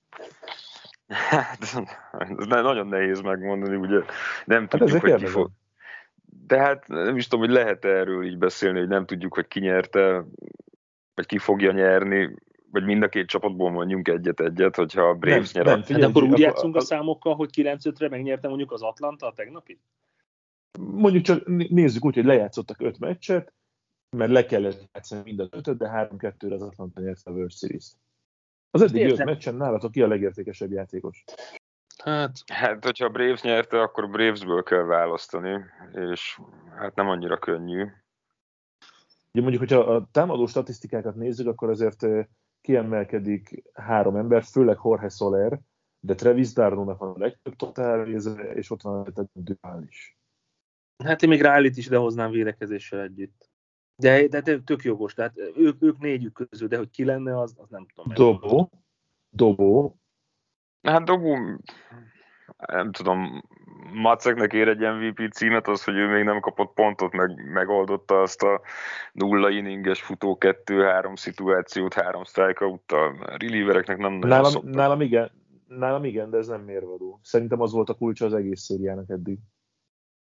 Hát, ez nagyon nehéz megmondani, ugye nem tudjuk, hogy ki fog. De hát nem is tudom, hogy lehet erről így beszélni, hogy nem tudjuk, hogy ki nyerte, vagy ki fogja nyerni, vagy mind a két csapatból mondjunk egyet, hogyha a Braves nyer. Hát akkor úgy játszunk a számokkal, hogy 9-5-re megnyerte mondjuk az Atlanta a tegnapi? Mondjuk csak nézzük úgy, hogy lejátszottak 5 meccset, mert le kellett játszani mind az 5-öt, de 3-2-re az Atlanta nyerte a World Series. Az eddig 5 meccsen nálatok ki a legértékesebb játékos? Hát, hogyha a Braves nyerte, akkor a Bravesből kell választani, és hát nem annyira könnyű. Ugye mondjuk, hogyha a támadó statisztikákat nézzük, akkor azért kiemelkedik 3 ember, főleg Jorge Soler, de Travis d'Arnaud-nak van a legtöbb totál, és ott van a Duval is. Hát én még Riley-t is idehoznám védekezéssel együtt. De tök jogos, tehát ők 4 közül, de hogy ki lenne, az nem tudom. Dobó. Hát Dobó, nem tudom, Maceknek ér egy MVP címet, az, hogy ő még nem kapott pontot, megoldotta azt a 0 inninges futó 2-3 szituációt 3 strikeout-tal. Relievereknek nem nagyon szoktak. Nálam igen, de ez nem mérvadó. Szerintem az volt a kulcsa az egész szériának eddig.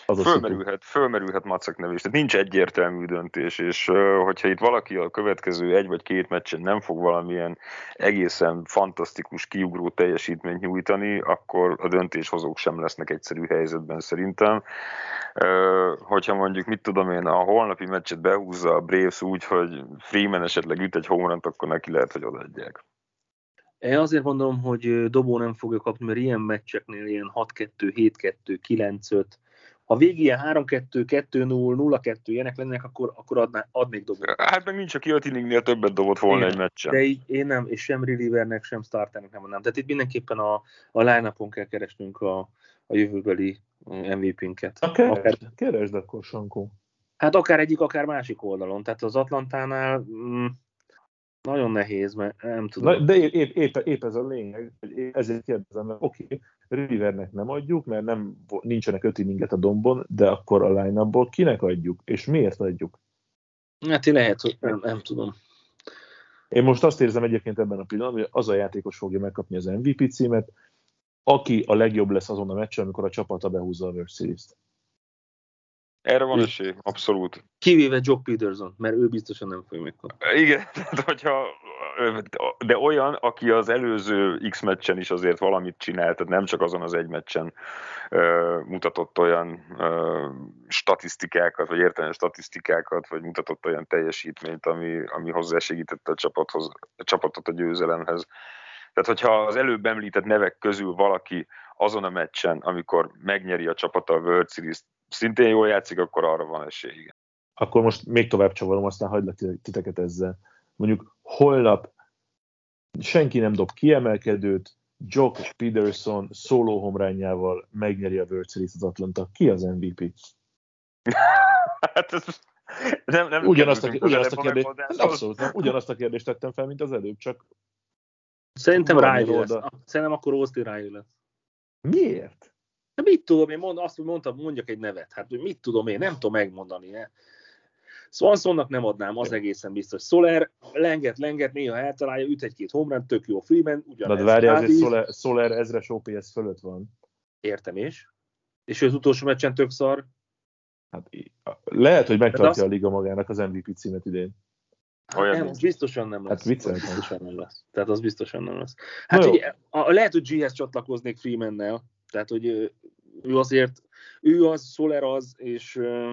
Fölmerülhet Macek nevés. Tehát nincs egyértelmű döntés, és hogyha itt valaki a következő 1 vagy 2 meccsen nem fog valamilyen egészen fantasztikus, kiugró teljesítményt nyújtani, akkor a döntéshozók sem lesznek egyszerű helyzetben szerintem. Hogyha mondjuk, mit tudom én, a holnapi meccset behúzza a Braves úgy, hogy Freeman esetleg üt egy home runt, akkor neki lehet, hogy odaadják. Én azért mondom, hogy dobó nem fogja kapni, mert ilyen meccseknél ilyen 6-2, 7-2, 9-5, ha végig ilyen 3-2, 2-0, 0-2 ilyenek lennének, akkor adnék dobót. Hát meg nincs, aki 5 inningnél többet dobott volna egy meccsen. De így én nem, és sem relievernek, sem starternek nem mondom. Tehát itt mindenképpen a line-upon kell keresnünk a jövőbeli MVP-nket. Keresd akkor, Sankó. Hát akár egyik, akár másik oldalon. Tehát az Atlantánál nagyon nehéz, mert nem tudom. De épp ez a lényeg, hogy ezért kérdezem, mert oké, relievernek nem adjuk, mert nincsenek 5 inninget a dombon, de akkor a line-upból kinek adjuk, és miért adjuk? Hát lehet, hogy nem tudom. Én most azt érzem egyébként ebben a pillanatban, hogy az a játékos fogja megkapni az MVP címet, aki a legjobb lesz azon a meccsen, amikor a csapata behúzza a World Series-t. Erre van esély, abszolút. Kivéve Jock Peterson, mert ő biztosan nem fogja megkapni. Igen, de olyan, aki az előző X meccsen is azért valamit csinált, tehát nem csak azon az egy meccsen mutatott olyan statisztikákat, vagy értelmes statisztikákat, vagy mutatott olyan teljesítményt, ami hozzásegítette a csapatot a győzelemhez. Tehát, hogyha az előbb említett nevek közül valaki azon a meccsen, amikor megnyeri a csapata a World Series, szintén jól játszik, akkor arra van esély. Igen. Akkor most még tovább csavarom, aztán hagylak titeket ezzel. Mondjuk holnap senki nem dob kiemelkedőt, Jock Peterson szóló homrányjával megnyeri a World Series az Atlanta. Ki az MVP? Hát ez nem ugyanazt a kérdést, abszolút nem. Ugyanazt a kérdést tettem fel, mint az előbb, csak szerintem Riley lesz. Szerintem akkor Austin Riley lesz. Miért? De mit tudom én, mondjak egy nevet. Hát mit tudom én, nem tudom megmondani. Swansonnak nem adnám, az egészen biztos. Soler lenget, néha eltalálja, üt egy-két home run, tök jó. Freeman ugyanez. De várjál, azért Soler 1000-es OPS fölött van. Értem is. És ő az utolsó meccsen tök szar. Hát, lehet, hogy megtartja a liga magának az MVP címet idén. Nem, az biztosan nem lesz. Hát vicceltem. Biztosan nem lesz. Tehát az biztosan nem lesz. Hát ugye, lehet, hogy G-hez csatlakoznék Freemannel. Tehát, hogy ő az, Soler az, és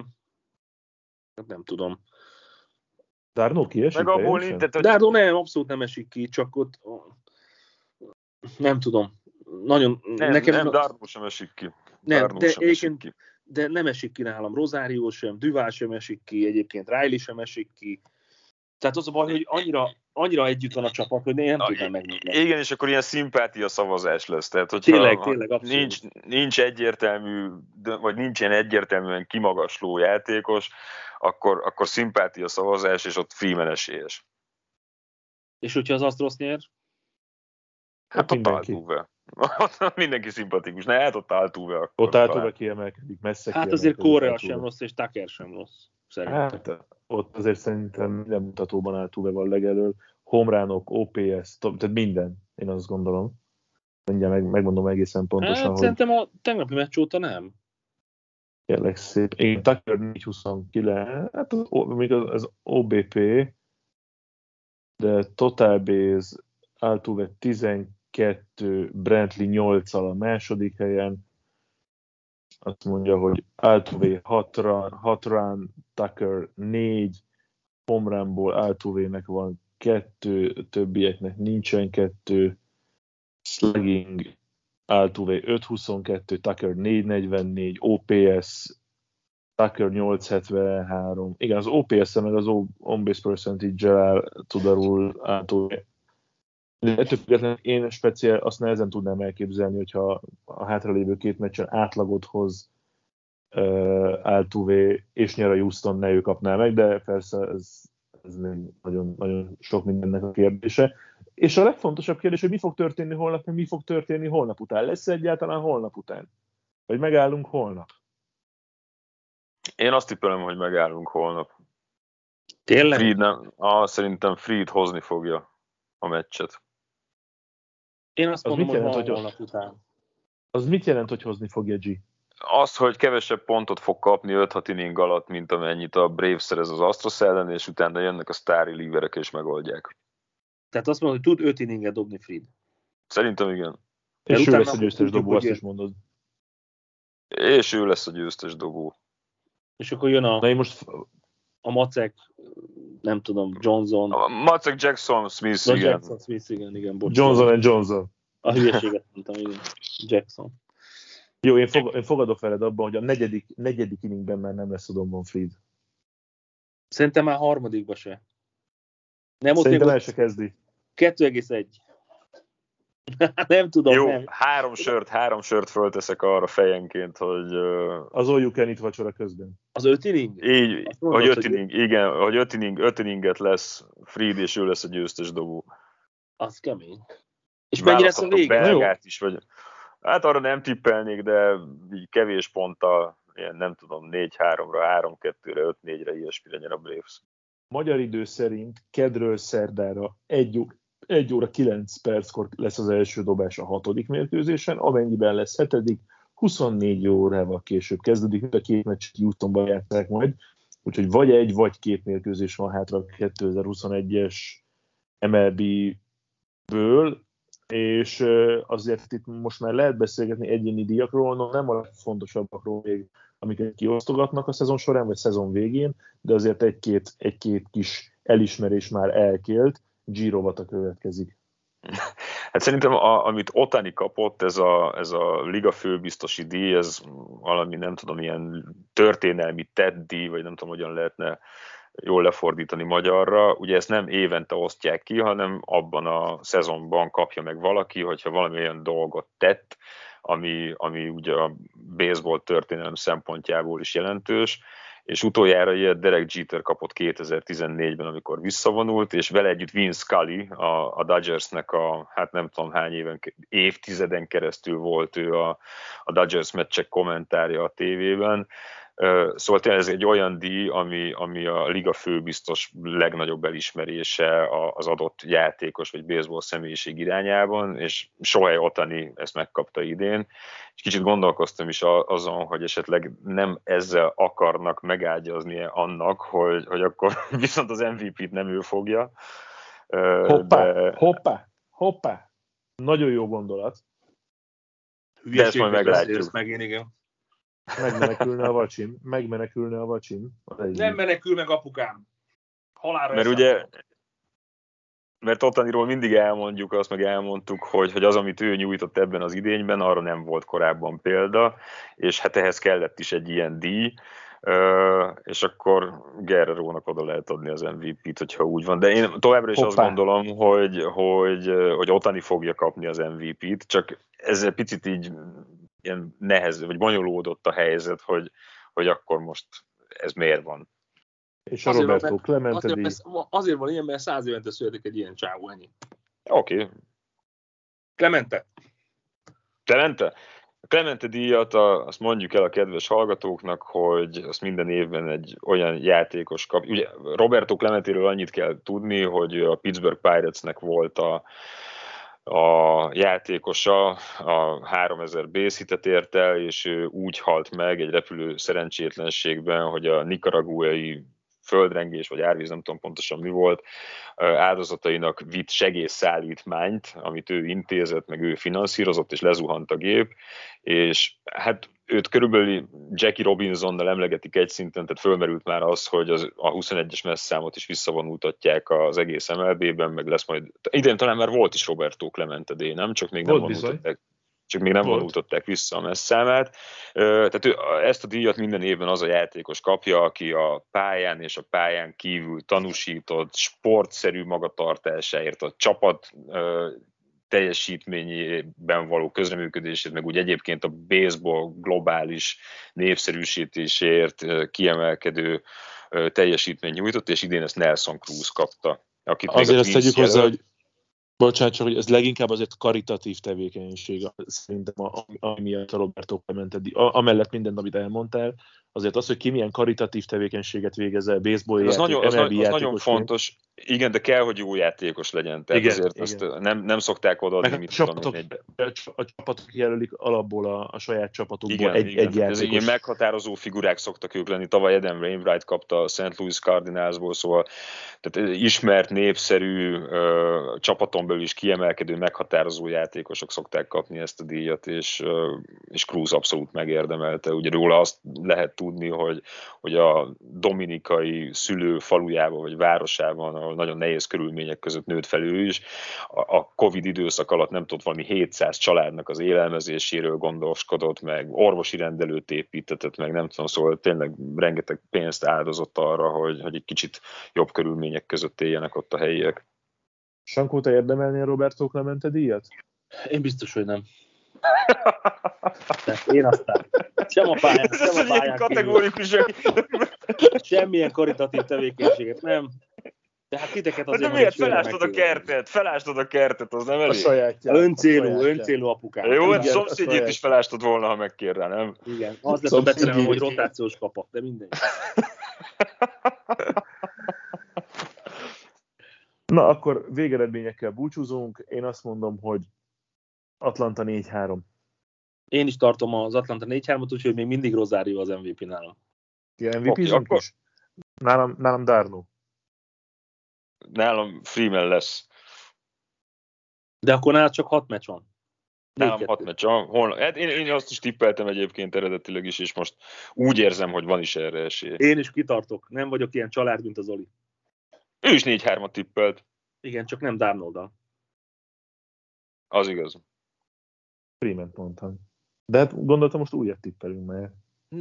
nem tudom. Darno kiesik? Darno nem, abszolút nem esik ki, csak ott nem tudom. Nagyon, nekem Darno sem esik ki. Nem, de nem esik ki nálam. Rosario sem, Duval sem esik ki, egyébként Riley sem esik ki. Tehát az a baj, hogy annyira együtt van a csapat, hogy nem tudnám megmondani. Igen, és akkor ilyen szimpátia szavazás lesz. Tehát, hogyha tényleg, abszolút. Nincs egyértelmű, vagy nincsen egyértelműen kimagasló játékos, akkor szimpátia szavazás, és ott Freeman esélyes. És hogyha az Astros nyer? Hát ott Altuve. Mindenki szimpatikus. Hát ott Altuve. Ott Altuve kiemelkedik, messze hát azért Correa sem rossz, és Tucker sem rossz. Hát ott azért szerintem minden mutatóban Altuve van legelől. Homerunok, OPS, tehát minden, én azt gondolom. Mindjárt megmondom egészen pontosan, hát, hogy... Szerintem a tegnapi meccs óta nem. Kérlek szép. Én Tucker 4.29, hát az OBP, de Total Base, Altuve 12, Brantley 8-al a második helyen. Azt mondja, hogy Altuve 6 run, Tucker 4, home runból Altuve-nek van 2, többieknek nincsen 2, slugging Altuve 5.22, Tucker 4.44, OPS Tucker 8.73. Igen, az OPS-en meg az on-base percentage-el áll Tudarul Altuve. Ettől függetlenül én speciál azt nehezen tudnám elképzelni, hogyha a hátralévő 2 meccsen átlagot hoz Altuve és nyer a Houston, ne ő kapná meg, de persze ez még nagyon, nagyon sok mindennek a kérdése. És a legfontosabb kérdés, hogy mi fog történni holnap, mi fog történni holnap után. Lesz egyáltalán holnap után? Vagy megállunk holnap? Én azt tippelem, hogy megállunk holnap. Tényleg? Szerintem Fried hozni fogja a meccset. Én azt mondom, hogy holnap után. Az mit jelent, hogy hozni fogja G? Az, hogy kevesebb pontot fog kapni 5-6 inning alatt, mint amennyit a Braves szerez az Astros ellen, és utána jönnek a sztár relieverek és megoldják. Tehát azt mondod, hogy tud 5 inninget dobni Fried? Szerintem igen. És ő lesz a győztes dobó, azt is mondod. És ő lesz a győztes dobó. És akkor jön a Macek, nem tudom, Johnson. A Macek, Jackson, Smith, igen. Jackson, Smith, igen, bocsánat. Johnson and Johnson. A hülyeséget mondtam, igen. Jackson. Jó, én fogadok veled abban, hogy a negyedik inningben már nem lesz a dombon Fried. Szerintem már harmadikba se. Nem, szerintem el se kezdi. 2,1. Nem tudom, jó, nem. Három sört fölteszek arra fejenként, hogy... Az all you can eat vacsora közben. Az 5 inning? Így, hogy 5 inning, igen, hogy 5 inninget lesz Fried, és ő lesz a győztes dobó. Az kemény. És mennyire lesz a vége? Belgát is, vagy... Hát arra nem tippelnék, de így kevés ponttal, ilyen nem tudom, 4-3-ra, 3-2-re, 5-4-re, ilyesmire nyer a Braves. Magyar idő szerint kedről szerdára 1 óra 9 perckor lesz az első dobás a 6. mérkőzésen, amennyiben lesz 7., 24 órával később kezdődik, mint a 2 meccset Houstonban játszák majd, úgyhogy vagy 1 vagy 2 mérkőzés van hátra a 2021-es MLB-ből, és azért itt most már lehet beszélgetni egyéni díjakról, nem a legfontosabbakról még, amiket kiosztogatnak a szezon során, vagy szezon végén, de azért egy-két kis elismerés már elkélt. G-rovata következik. Hát szerintem, amit Otani kapott, ez a liga főbiztosi díj, ez valami, nem tudom, ilyen történelmi teddíj, vagy nem tudom, hogyan lehetne jól lefordítani magyarra. Ugye ezt nem évente osztják ki, hanem abban a szezonban kapja meg valaki, hogyha valami olyan dolgot tett, ami ugye a baseball történelem szempontjából is jelentős, és utoljára ilyet Derek Jeter kapott 2014-ben, amikor visszavonult, és vele együtt Vin Scully, a Dodgersnek hát nem tudom hány évtizeden keresztül volt ő a Dodgers meccsek kommentárja a tévében. Szóval tényleg ez egy olyan díj, ami a liga főbiztos legnagyobb elismerése az adott játékos vagy baseball személyiség irányában, és Shohei Otani ezt megkapta idén. És kicsit gondolkoztam is azon, hogy esetleg nem ezzel akarnak megágyazni annak, hogy akkor viszont az MVP-t nem ő fogja. Hoppá! Nagyon jó gondolat. De ezt majd meglátjuk. Megint, igen. Megmenekülne a vacsin. Nem menekül meg, apukám. Halálra. Mert ugye, mert Otaniról mindig elmondjuk azt, meg elmondtuk, hogy az, amit ő nyújtott ebben az idényben, arra nem volt korábban példa, és hát ehhez kellett is egy ilyen díj, és akkor Guerrerónak oda lehet adni az MVP-t, hogyha úgy van. De én továbbra is azt gondolom, hogy Otani fogja kapni az MVP-t, csak ez egy picit így ilyen nehezebb, vagy bonyolódott a helyzet, hogy akkor most ez miért van. És a Roberto Clemente díj. Azért van ilyen, mert 100 évente születik egy ilyen csávó, ennyi. Oké. Clemente? A Clemente díjat azt mondjuk el a kedves hallgatóknak, hogy azt minden évben egy olyan játékos kap. Ugye Roberto Clementéről annyit kell tudni, hogy a Pittsburgh Piratesnek volt a játékosa, a 3000 base hitet ért el, és ő úgy halt meg egy repülő szerencsétlenségben, hogy a nicaraguai földrengés, vagy árvíz, nem tudom pontosan mi volt, áldozatainak vitt segélyszállítmányt, amit ő intézett, meg ő finanszírozott, és lezuhant a gép, és hát őt körülbelül Jackie Robinsonnal emlegetik egy szinten, tehát fölmerült már az, hogy a 21-es messzámot is visszavonultatják az egész MLB-ben, meg lesz majd, idén talán már volt is Roberto Clemente díj, nem? Csak még nem vonultatták vissza a messzámát. Tehát ezt a díjat minden évben az a játékos kapja, aki a pályán és a pályán kívül tanúsított sportszerű magatartásáért, a csapat teljesítményében való közreműködését, meg úgy egyébként a baseball globális népszerűsítésért kiemelkedő teljesítmény nyújtott, és idén ezt Nelson Cruz kapta. Azért ezt tegyük hozzá, hogy bocsánat, csak hogy ez leginkább azért karitatív tevékenység szerintem, ami miatt a Roberto Clemente díj. Amellett mindent, amit elmondtál, azért az, hogy ki milyen karitatív tevékenységet végez el, baseball az nagyon fontos. Igen, de kell, hogy jó játékos legyen. Tehát igen, azért azt nem szokták odaadni, mit tudom én. A csapatok jelölik alapból a saját csapatukból egy játékos. Ez ilyen meghatározó figurák szoktak ők lenni. Tavaly Adam Wainwright kapta a St. Louis Cardinalsból, szóval tehát ismert, népszerű, csapaton belül is kiemelkedő, meghatározó játékosok szokták kapni ezt a díjat, és Cruz abszolút megérdemelte. Ugye róla azt lehet tudni, hogy a dominikai szülő falujában vagy városában, ahol nagyon nehéz körülmények között nőtt fel ő is, a Covid időszak alatt nem tudott valami 700 családnak az élelmezéséről gondoskodott, meg orvosi rendelőt építetett, meg nem tudom, szóval tényleg rengeteg pénzt áldozott arra, hogy egy kicsit jobb körülmények között éljenek ott a helyiek. Sankó, te érdemelnél Roberto Clemente díjat? Én biztos, hogy nem. Én aztán. Sem a pályán kategórikus. Semmilyen karitatív tevékenységet nem. Tehát titeket azért... De miért felástod a kertet, az nem elég? A sajátját. Öncélú apukám. Jó, hát szomszédjét is felástod volna, ha megkérne, nem? Igen, az lesz a becerem, hogy rotációs kapak, de mindegy. Na, akkor végeredményekkel búcsúzunk. Én azt mondom, hogy Atlanta 4-3. Én is tartom az Atlanta 4-3-ot, úgyhogy még mindig Rosario az MVP nálam. Ilyen MVP-zunk is? Nálam Darno. Nálam Freeman lesz. De akkor nálad csak 6 meccs van. Nálam 6 meccs van. Hát én azt is tippeltem egyébként eredetileg is, és most úgy érzem, hogy van is erre esély. Én is kitartok. Nem vagyok ilyen család, mint az Oli. Ő is 4-3-at tippelt. Igen, csak nem Darnold-dal. Az igaz. Freeman-t mondtam. De hát gondoltam, most újat tippelünk már.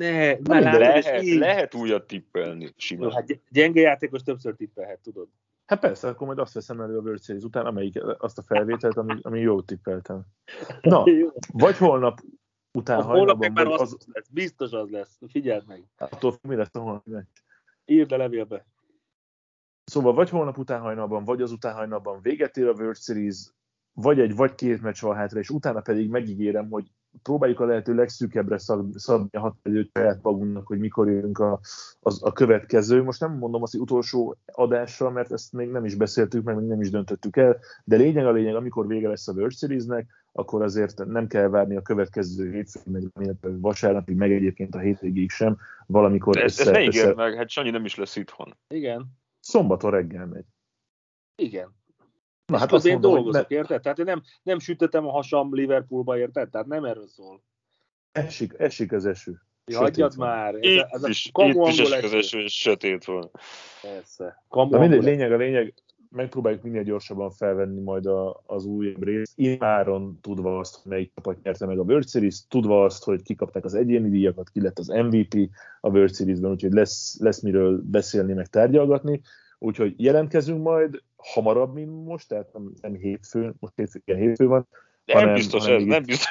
Lehet újat tippelni. Simán. Jó, hát gyenge játékos többször tippelhet, tudod. Hát persze, akkor majd azt veszem elő a World Series után, azt a felvételt, ami jól tippeltem. Na, vagy holnap után hajnalban... Holnap az lesz, biztos az lesz. Figyeld meg. Attól mi lesz a holnap meccs? Írd le levélbe. Szóval vagy holnap után hajnalban, vagy az után hajnalban véget ér a World Series, vagy két meccs van hátra, és utána pedig megígérem, hogy próbáljuk a lehető legszűkebbre szabni a határidőt saját magunknak, hogy mikor jönünk a következő. Most nem mondom azt, hogy utolsó adással, mert ezt még nem is beszéltük, meg még nem is döntöttük el, de lényeg, amikor vége lesz a World Series-nek, akkor azért nem kell várni a következő hétfőig, meg vasárnapig, meg egyébként a hétvégéig sem. Valamikor ezt ne ígérd meg, hát Sanyi nem is lesz itthon. Igen. Szombaton reggel megy. Igen. Na, hát azt én dolgozok, érted? Tehát én nem sütöttem a hasam Liverpoolba, érted? Tehát nem erről szól. Esik az eső. Hagyjad már. Ez is esik az eső, és sötét van. Persze. Na mindegy, lényeg, megpróbáljuk minél gyorsabban felvenni majd az újabb részt. Immáron tudva azt, hogy melyik csapat nyerte meg a World Series, tudva azt, hogy kikapták az egyéni díjakat, ki lett az MVP a World Series-ben, úgyhogy lesz miről beszélni, meg tárgyalgatni. Úgyhogy jelentkezünk majd hamarabb, mint most, tehát nem hétfőn, most hétfő van. Nem biztos ez.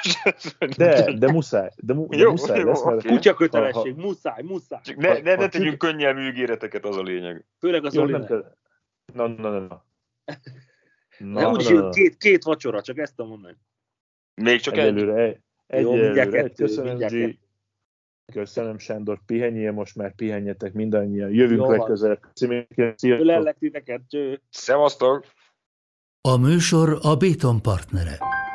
De muszáj. Muszáj lesz. Kutya kötelesség, muszáj. Csak ne tegyünk könnyelmű ígéreteket, az a lényeg. Főleg az Olinek. Na. Úgyis két vacsora, csak ezt mondani. Még csak egyelőre. Köszönöm, G. Köszönöm, Sándor, pihenjél, most már pihenjetek mindannyian. Jövünk legközelebb. Ölellek titeket, cső. Szevasztok! A műsor a Béton partnere.